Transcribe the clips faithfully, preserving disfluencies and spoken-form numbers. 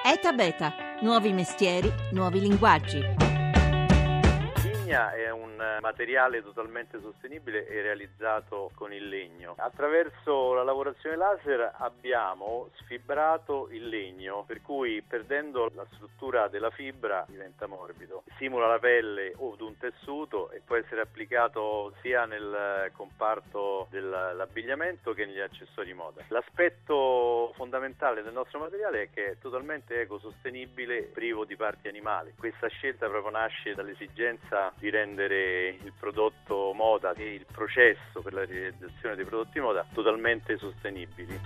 ETA Beta, nuovi mestieri, nuovi linguaggi. L'igna è un materiale totalmente sostenibile e realizzato con il legno. Attraverso la lavorazione laser abbiamo sfibrato il legno, per cui perdendo la struttura della fibra diventa morbido. Simula la pelle o un tessuto e può essere applicato sia nel comparto dell'abbigliamento che negli accessori moda. L'aspetto fondamentale del nostro materiale è che è totalmente ecosostenibile, privo di parti animali. Questa scelta proprio nasce dall'esigenza di rendere il prodotto moda e il processo per la realizzazione dei prodotti moda totalmente sostenibili.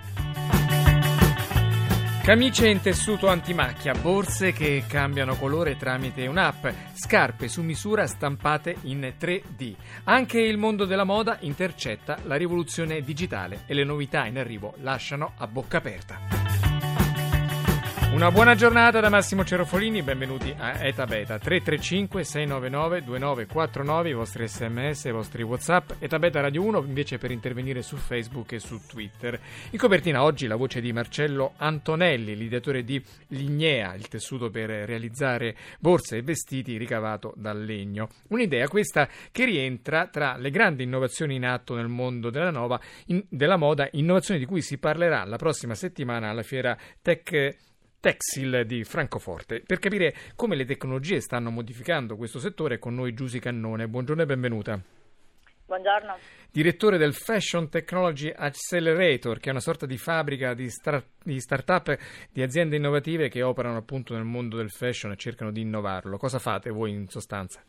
Camicie in tessuto antimacchia, borse che cambiano colore tramite un'app, scarpe su misura stampate in tre D. Anche il mondo della moda intercetta la rivoluzione digitale e le novità in arrivo lasciano a bocca aperta. Una buona giornata da Massimo Cerofolini, benvenuti a ETA Beta. Tre tre cinque sei nove nove due nove quattro nove, i vostri sms, i vostri WhatsApp. ETA Beta Radio uno invece per intervenire su Facebook e su Twitter. In copertina oggi la voce di Marcello Antonelli, l'ideatore di Lignea, il tessuto per realizzare borse e vestiti ricavato dal legno. Un'idea questa che rientra tra le grandi innovazioni in atto nel mondo della, nova, in, della moda, innovazioni di cui si parlerà la prossima settimana alla fiera Tech Texil di Francoforte. Per capire come le tecnologie stanno modificando questo settore, con noi Giusy Cannone. Buongiorno e benvenuta. Buongiorno. Direttore del Fashion Technology Accelerator, che è una sorta di fabbrica di, star- di start-up, di aziende innovative che operano appunto nel mondo del fashion e cercano di innovarlo. Cosa fate voi in sostanza?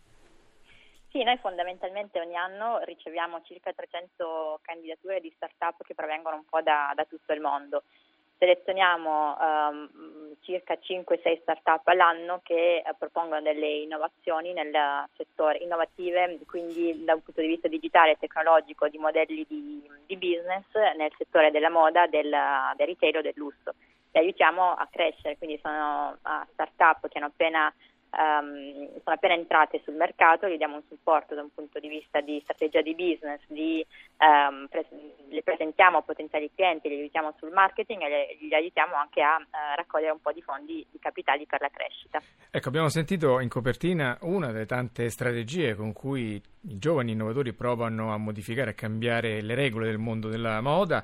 Sì, noi fondamentalmente ogni anno riceviamo circa trecento candidature di start-up che provengono un po' da, da tutto il mondo. Selezioniamo um, circa cinque sei start-up all'anno che uh, propongono delle innovazioni nel settore, innovative, quindi da un punto di vista digitale e tecnologico, di modelli di, di business nel settore della moda, del, del retail o del lusso. Le aiutiamo a crescere, quindi sono uh, start-up che hanno appena Um, sono appena entrate sul mercato, gli diamo un supporto da un punto di vista di strategia di business, di, um, pres- le presentiamo a potenziali clienti, li aiutiamo sul marketing e gli aiutiamo anche a uh, raccogliere un po' di fondi di capitali per la crescita. Ecco, abbiamo sentito in copertina una delle tante strategie con cui i giovani innovatori provano a modificare e cambiare le regole del mondo della moda,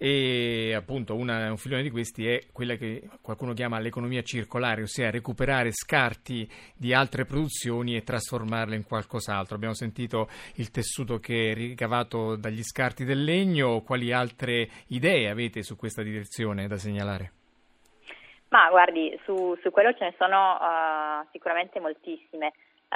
e appunto una, un filone di questi è quella che qualcuno chiama l'economia circolare, ossia recuperare scarti di altre produzioni e trasformarle in qualcos'altro. Abbiamo sentito il tessuto che è ricavato dagli scarti del legno. Quali altre idee avete su questa direzione da segnalare? Ma guardi, su, su quello ce ne sono uh, sicuramente moltissime.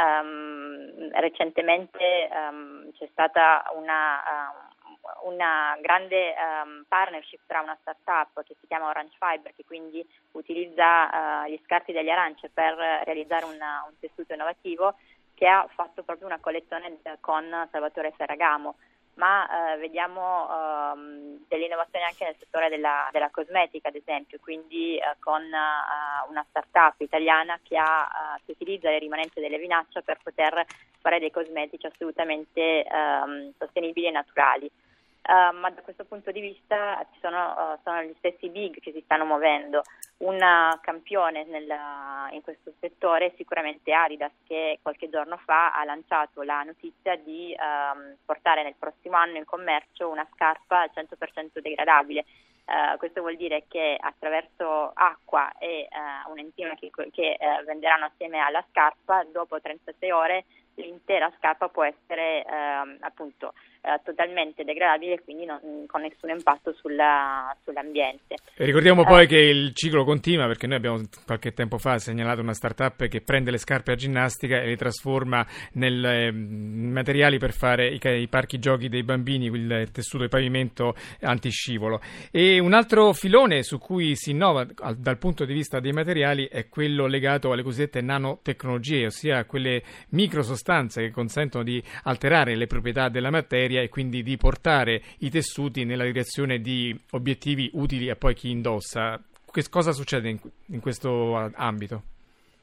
Um, recentemente um, c'è stata una, um, una grande um, partnership tra una startup che si chiama Orange Fiber, che quindi utilizza uh, gli scarti delle arance per realizzare una, un tessuto innovativo, che ha fatto proprio una collezione con Salvatore Ferragamo. Ma eh, vediamo um, delle innovazioni anche nel settore della, della cosmetica, ad esempio, quindi eh, con uh, una startup italiana che, ha, uh, che utilizza le rimanenze delle vinaccia per poter fare dei cosmetici assolutamente um, sostenibili e naturali. Uh, ma da questo punto di vista ci sono, uh, sono gli stessi big che si stanno muovendo. Un uh, campione nel, uh, in questo settore è sicuramente Adidas, che qualche giorno fa ha lanciato la notizia di um, portare nel prossimo anno in commercio una scarpa al cento per cento degradabile. Uh, questo vuol dire che attraverso acqua e uh, un'enzima che, che uh, venderanno assieme alla scarpa, dopo trentasei ore l'intera scarpa può essere uh, appunto uh, totalmente degradabile, quindi non, con nessun impatto sulla, sull'ambiente. E ricordiamo poi uh, che il ciclo continua, perché noi abbiamo qualche tempo fa segnalato una startup che prende le scarpe a ginnastica e le trasforma nel eh, materiali per fare i, i parchi giochi dei bambini, il tessuto di pavimento antiscivolo. E un altro filone su cui si innova al, dal punto di vista dei materiali è quello legato alle cosiddette nanotecnologie, ossia quelle microsostanze che consentono di alterare le proprietà della materia e quindi di portare i tessuti nella direzione di obiettivi utili a poi chi indossa. Che cosa succede in, in questo ambito?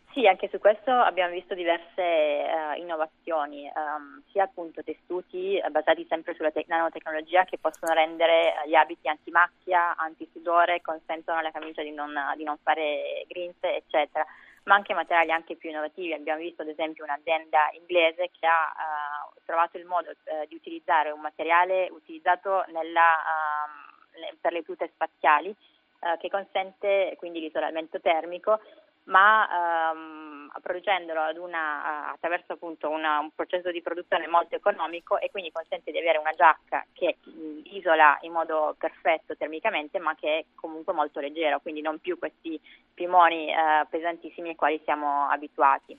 Sì, anche su questo abbiamo visto diverse uh, innovazioni, um, sia appunto tessuti uh, basati sempre sulla te- nanotecnologia che possono rendere uh, gli abiti antimacchia, antisudore, consentono alla camicia di non, uh, di non fare grinze, eccetera, ma anche materiali anche più innovativi. Abbiamo visto ad esempio un'azienda inglese che ha uh, trovato il modo uh, di utilizzare un materiale utilizzato nella, uh, per le tute spaziali uh, che consente quindi l'isolamento termico, ma ehm, producendolo ad una, attraverso appunto una, un processo di produzione molto economico, e quindi consente di avere una giacca che mh, isola in modo perfetto termicamente, ma che è comunque molto leggera, quindi non più questi piumoni eh, pesantissimi ai quali siamo abituati.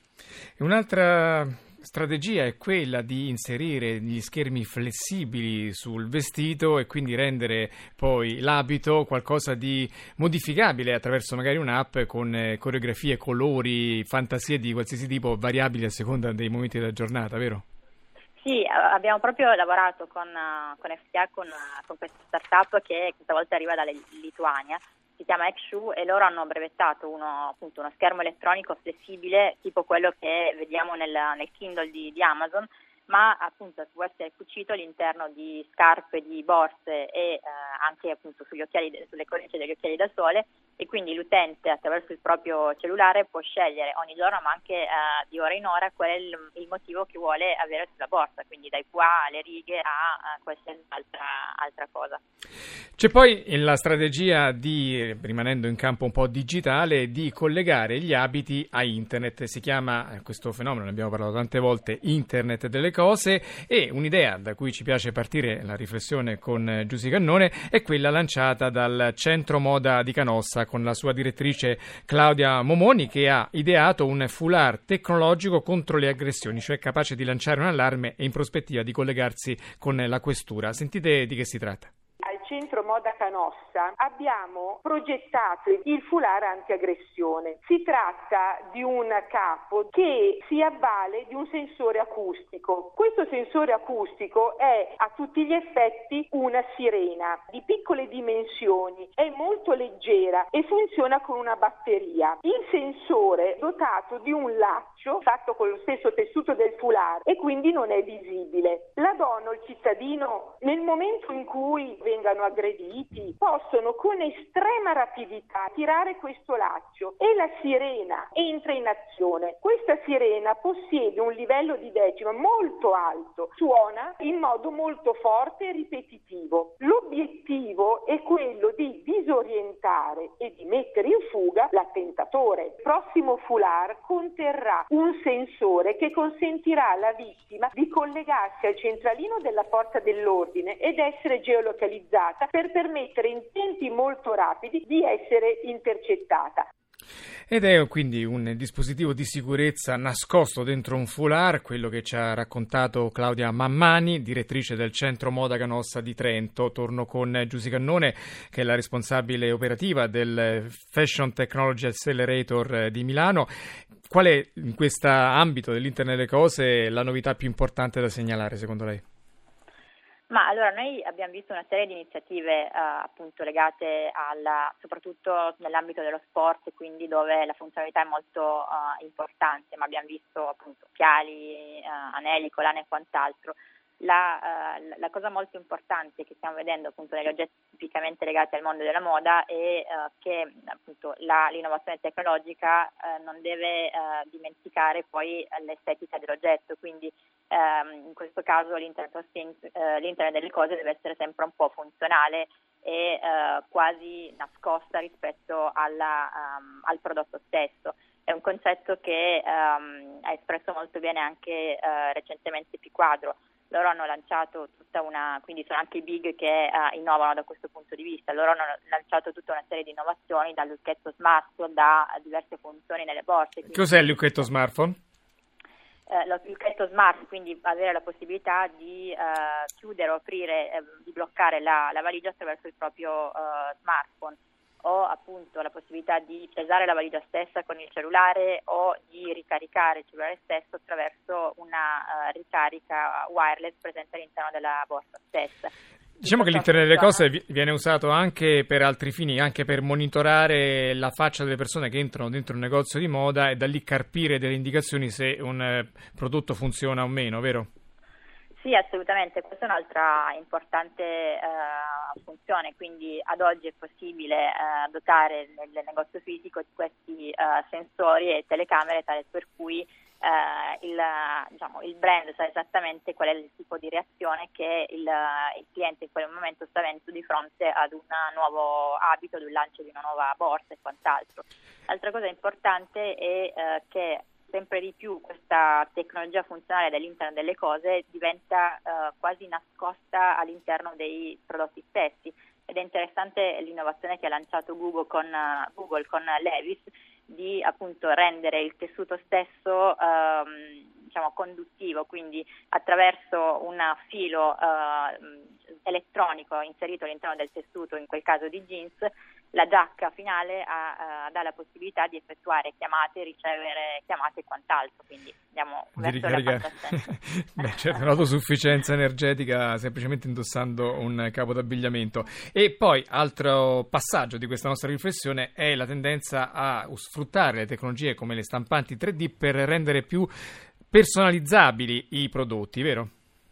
Un'altra strategia è quella di inserire gli schermi flessibili sul vestito e quindi rendere poi l'abito qualcosa di modificabile attraverso magari un'app con eh, coreografie, colori, fantasie di qualsiasi tipo, variabili a seconda dei momenti della giornata, vero? Sì, abbiamo proprio lavorato con, con F T A, con, con questa startup che questa volta arriva dalla Lituania. Si chiama X-Shoe e loro hanno brevettato uno, appunto, uno schermo elettronico flessibile tipo quello che vediamo nel, nel Kindle di, di Amazon, ma appunto può essere cucito all'interno di scarpe, di borse e eh, anche appunto sugli occhiali, sulle cornici degli occhiali da sole, e quindi l'utente attraverso il proprio cellulare può scegliere ogni giorno, ma anche eh, di ora in ora, qual è il, il motivo che vuole avere sulla borsa, quindi dai qua alle righe a, a qualsiasi altra, altra cosa. C'è poi la strategia di, rimanendo in campo un po' digitale, di collegare gli abiti a internet. Si chiama, questo fenomeno, ne abbiamo parlato tante volte, internet delle cose, e un'idea da cui ci piace partire la riflessione con Giusy Cannone è quella lanciata dal Centro Moda di Canossa con la sua direttrice Claudia Momoni, che ha ideato un foulard tecnologico contro le aggressioni, cioè capace di lanciare un allarme e in prospettiva di collegarsi con la questura. Sentite di che si tratta. Centro Moda Canossa abbiamo progettato il foulard antiaggressione. Si tratta di un capo che si avvale di un sensore acustico. Questo sensore acustico è a tutti gli effetti una sirena di piccole dimensioni, è molto leggera e funziona con una batteria. Il sensore è dotato di un laccio fatto con lo stesso tessuto del foulard e quindi non è visibile. La donna o il cittadino, nel momento in cui vengano aggrediti, possono con estrema rapidità tirare questo laccio e la sirena entra in azione. Questa sirena possiede un livello di decima molto alto, suona in modo molto forte e ripetitivo. L'obiettivo è quello di disorientare e di mettere in fuga l'attentatore. Il prossimo foulard conterrà un sensore che consentirà alla vittima di collegarsi al centralino della forza dell'ordine ed essere geolocalizzata per permettere in tempi molto rapidi di essere intercettata. Ed è quindi un dispositivo di sicurezza nascosto dentro un foulard, quello che ci ha raccontato Claudia Mammani, direttrice del Centro Moda Canossa di Trento. Torno con Giusy Cannone, che è la responsabile operativa del Fashion Technology Accelerator di Milano. Qual è in questo ambito dell'Internet delle cose la novità più importante da segnalare secondo lei? Ma allora noi abbiamo visto una serie di iniziative eh, appunto legate alla, soprattutto nell'ambito dello sport, quindi dove la funzionalità è molto eh, importante, ma abbiamo visto appunto occhiali, eh, anelli, collane e quant'altro. La, uh, la cosa molto importante che stiamo vedendo appunto negli oggetti tipicamente legati al mondo della moda è uh, che appunto la, l'innovazione tecnologica uh, non deve uh, dimenticare poi l'estetica dell'oggetto, quindi um, in questo caso l'internet, of things, uh, l'internet delle cose deve essere sempre un po' funzionale e uh, quasi nascosta rispetto alla, um, al prodotto stesso. È un concetto che um, ha espresso molto bene anche uh, recentemente Piquadro. Loro hanno lanciato tutta una, quindi sono anche i big che uh, innovano da questo punto di vista. Loro hanno lanciato tutta una serie di innovazioni, dal lucchetto smartphone, da diverse funzioni nelle borse. Quindi, cos'è il lucchetto smartphone? Eh, lo lucchetto smart, quindi avere la possibilità di uh, chiudere o aprire, eh, di bloccare la, la valigia attraverso il proprio uh, smartphone, o appunto la possibilità di pesare la valigia stessa con il cellulare o di ricaricare il cellulare stesso attraverso una uh, ricarica wireless presente all'interno della borsa stessa. Diciamo che l'internet delle cose viene usato anche per altri fini, anche per monitorare la faccia delle persone che entrano dentro un negozio di moda e da lì carpire delle indicazioni se un eh, prodotto funziona o meno, vero? Sì, assolutamente, questa è un'altra importante eh, funzione, quindi ad oggi è possibile eh, dotare nel negozio fisico di questi eh, sensori e telecamere tale per cui eh, il, diciamo, il brand sa esattamente qual è il tipo di reazione che il, il cliente in quel momento sta avendo di fronte ad un nuovo abito, ad un lancio di una nuova borsa e quant'altro. L'altra cosa importante è eh, che sempre di più questa tecnologia funzionale dell'internet delle cose diventa eh, quasi nascosta all'interno dei prodotti stessi ed è interessante l'innovazione che ha lanciato Google con, uh, Google con Levi's di appunto rendere il tessuto stesso ehm, diciamo conduttivo, quindi attraverso un filo eh, elettronico inserito all'interno del tessuto, in quel caso di jeans, la giacca finale ha, uh, dà la possibilità di effettuare chiamate, ricevere chiamate e quant'altro, quindi andiamo di verso ricaricare. la fantascienza. Beh, certo, un'autosufficienza energetica semplicemente indossando un capo d'abbigliamento. E poi, altro passaggio di questa nostra riflessione è la tendenza a sfruttare le tecnologie come le stampanti tre D per rendere più personalizzabili i prodotti, vero?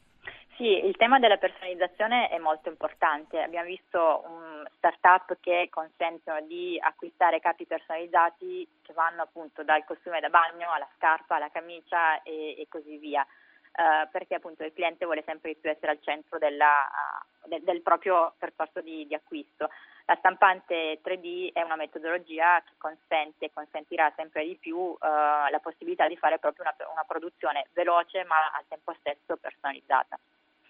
Sì, il tema della personalizzazione è molto importante. Abbiamo visto um, start-up che consentono di acquistare capi personalizzati che vanno appunto dal costume da bagno alla scarpa, alla camicia e, e così via, uh, perché appunto il cliente vuole sempre di più essere al centro della, uh, de, del proprio percorso di, di acquisto. La stampante tre D è una metodologia che consente e consentirà sempre di più uh, la possibilità di fare proprio una, una produzione veloce ma al tempo stesso personalizzata.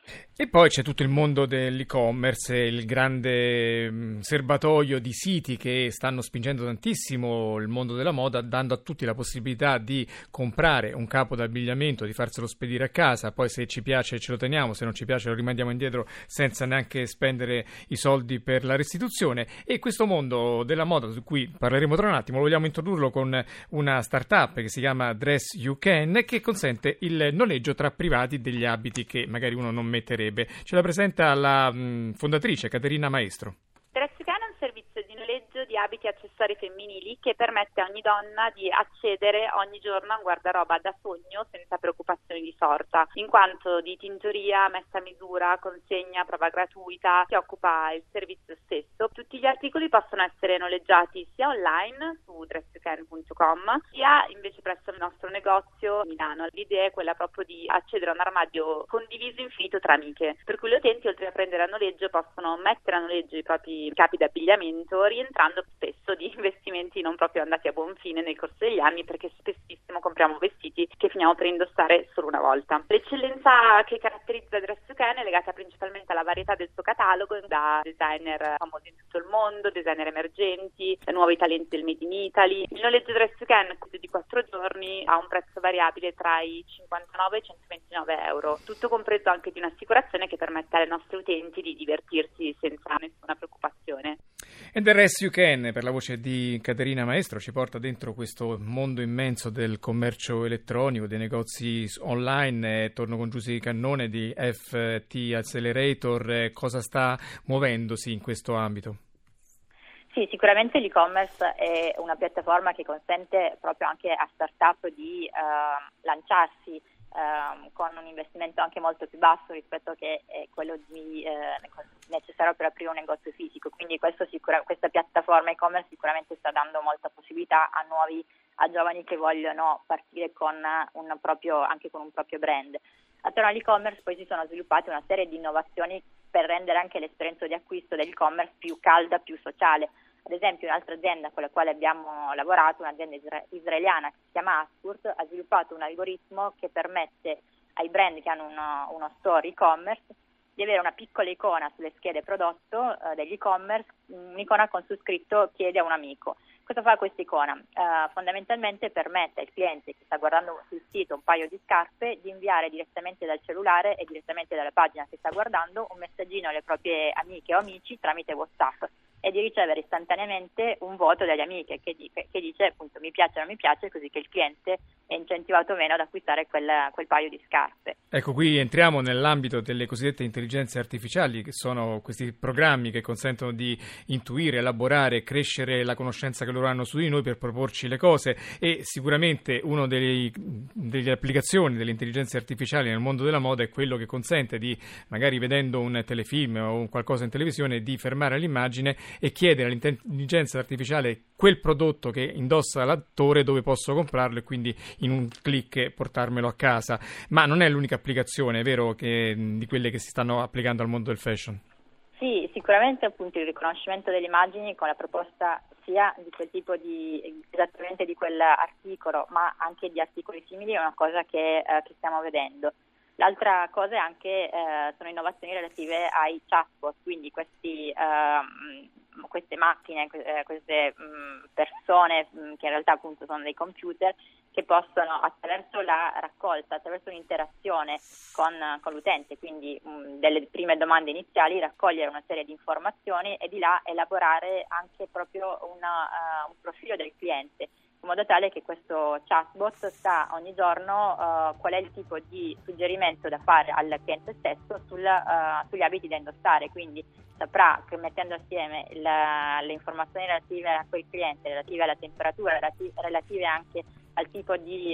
E poi c'è tutto il mondo dell'e-commerce, il grande mh, serbatoio di siti che stanno spingendo tantissimo il mondo della moda, dando a tutti la possibilità di comprare un capo d'abbigliamento, di farselo spedire a casa, poi se ci piace ce lo teniamo, se non ci piace lo rimandiamo indietro senza neanche spendere i soldi per la restituzione. E questo mondo della moda, su cui parleremo tra un attimo, vogliamo introdurlo con una startup che si chiama Dress You Can, che consente il noleggio tra privati degli abiti che magari uno non metterebbe. Ce la presenta la mh, fondatrice Caterina Maestro. Dress You Can è un servizio di noleggio di abiti e accessori femminili che permette a ogni donna di accedere ogni giorno a un guardaroba da sogno senza preoccupazioni di sorta, in quanto di tintoria, messa a misura, consegna, prova gratuita si occupa il servizio stesso. Tutti gli articoli possono essere noleggiati sia online su dress you can punto com sia invece presso il nostro negozio a Milano. L'idea è quella proprio di accedere a un armadio condiviso infinito tra amiche, per cui gli utenti oltre a prendere a noleggio possono mettere a noleggio i propri capi d'abbigliamento rientrando spesso di investimenti non proprio andati a buon fine nel corso degli anni, perché spessissimo compriamo vestiti che finiamo per indossare solo una volta. L'eccellenza che caratterizza Dress You Can è legata principalmente alla varietà del suo catalogo, da designer famosi in tutto il mondo, designer emergenti, nuovi talenti del Made in Italy. Il noleggio Dress You Can di quattro giorni ha un prezzo variabile tra i cinquantanove e i centoventinove euro, tutto compreso anche di un'assicurazione che permette alle nostre utenti di divertirsi senza nessuna preoccupazione. E Dress You Can, per la voce di Caterina Maestro, ci porta dentro questo mondo immenso del commercio elettronico, dei negozi online. Eh, torno con Giusy Cannone di F T Accelerator. Eh, cosa sta muovendosi in questo ambito? Sì, sicuramente l'e-commerce è una piattaforma che consente proprio anche a start-up di eh, lanciarsi eh, con un investimento anche molto più basso rispetto che è quello di, eh, necessario per aprire un negozio fisico. Quindi questo sicura, questa piattaforma e-commerce sicuramente sta dando molta possibilità a nuovi, a giovani che vogliono partire con un proprio, anche con un proprio brand. Attorno all'e-commerce poi si sono sviluppate una serie di innovazioni per rendere anche l'esperienza di acquisto dell'e-commerce più calda, più sociale. Ad esempio un'altra azienda con la quale abbiamo lavorato, un'azienda isra- israeliana che si chiama Aspurt, ha sviluppato un algoritmo che permette ai brand che hanno uno, uno store e-commerce di avere una piccola icona sulle schede prodotto eh, dell'e-commerce, un'icona con su scritto chiede a un amico. Cosa fa questa icona? Uh, fondamentalmente permette al cliente che sta guardando sul sito un paio di scarpe di inviare direttamente dal cellulare e direttamente dalla pagina che sta guardando un messaggino alle proprie amiche o amici tramite WhatsApp e di ricevere istantaneamente un voto dalle amiche che, di, che dice appunto mi piace o non mi piace, così che il cliente è incentivato meno ad acquistare quel, quel paio di scarpe. Ecco, qui entriamo nell'ambito delle cosiddette intelligenze artificiali, che sono questi programmi che consentono di intuire, elaborare e crescere la conoscenza che loro hanno su di noi per proporci le cose, e sicuramente una delle, delle applicazioni delle intelligenze artificiali nel mondo della moda è quello che consente di, magari vedendo un telefilm o un qualcosa in televisione, di fermare l'immagine e chiedere all'intelligenza artificiale quel prodotto che indossa l'attore, dove posso comprarlo, e quindi in un click portarmelo a casa. Ma non è l'unica applicazione, è vero, che, di quelle che si stanno applicando al mondo del fashion? Sì, sicuramente appunto il riconoscimento delle immagini con la proposta sia di quel tipo di, esattamente di quell'articolo, ma anche di articoli simili, è una cosa che, eh, che stiamo vedendo. L'altra cosa è anche eh, sono innovazioni relative ai chatbot, quindi questi, eh, queste macchine, queste mh, persone mh, che in realtà appunto sono dei computer, che possono attraverso la raccolta, attraverso un'interazione con, con l'utente, quindi mh, delle prime domande iniziali, raccogliere una serie di informazioni e di là elaborare anche proprio una, uh, un profilo del cliente, in modo tale che questo chatbot sa ogni giorno uh, qual è il tipo di suggerimento da fare al cliente stesso sul, uh, sugli abiti da indossare, quindi saprà che mettendo assieme la, le informazioni relative a quel cliente, relative alla temperatura, relative, relative anche al tipo di,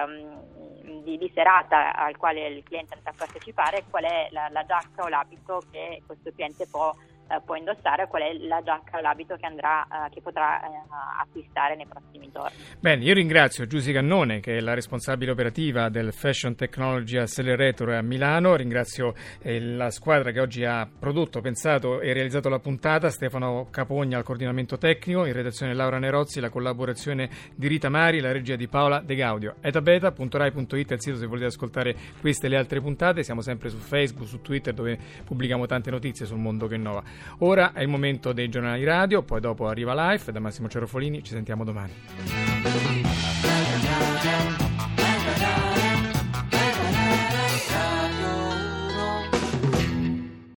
ehm, di, di serata al quale il cliente andrà a partecipare, qual è la, la giacca o l'abito che questo cliente può può indossare, qual è la giacca o l'abito che andrà uh, che potrà uh, acquistare nei prossimi giorni. Bene, io ringrazio Giusy Cannone, che è la responsabile operativa del Fashion Technology Accelerator a Milano, ringrazio eh, la squadra che oggi ha prodotto, pensato e realizzato la puntata, Stefano Capogna al coordinamento tecnico, in redazione Laura Nerozzi, la collaborazione di Rita Mari, la regia di Paola De Gaudio. etabeta punto rai punto it è il sito se volete ascoltare queste e le altre puntate, siamo sempre su Facebook, su Twitter, dove pubblichiamo tante notizie sul mondo che innova. Ora è il momento dei giornali radio, poi dopo arriva Life. Da Massimo Cerofolini ci sentiamo domani.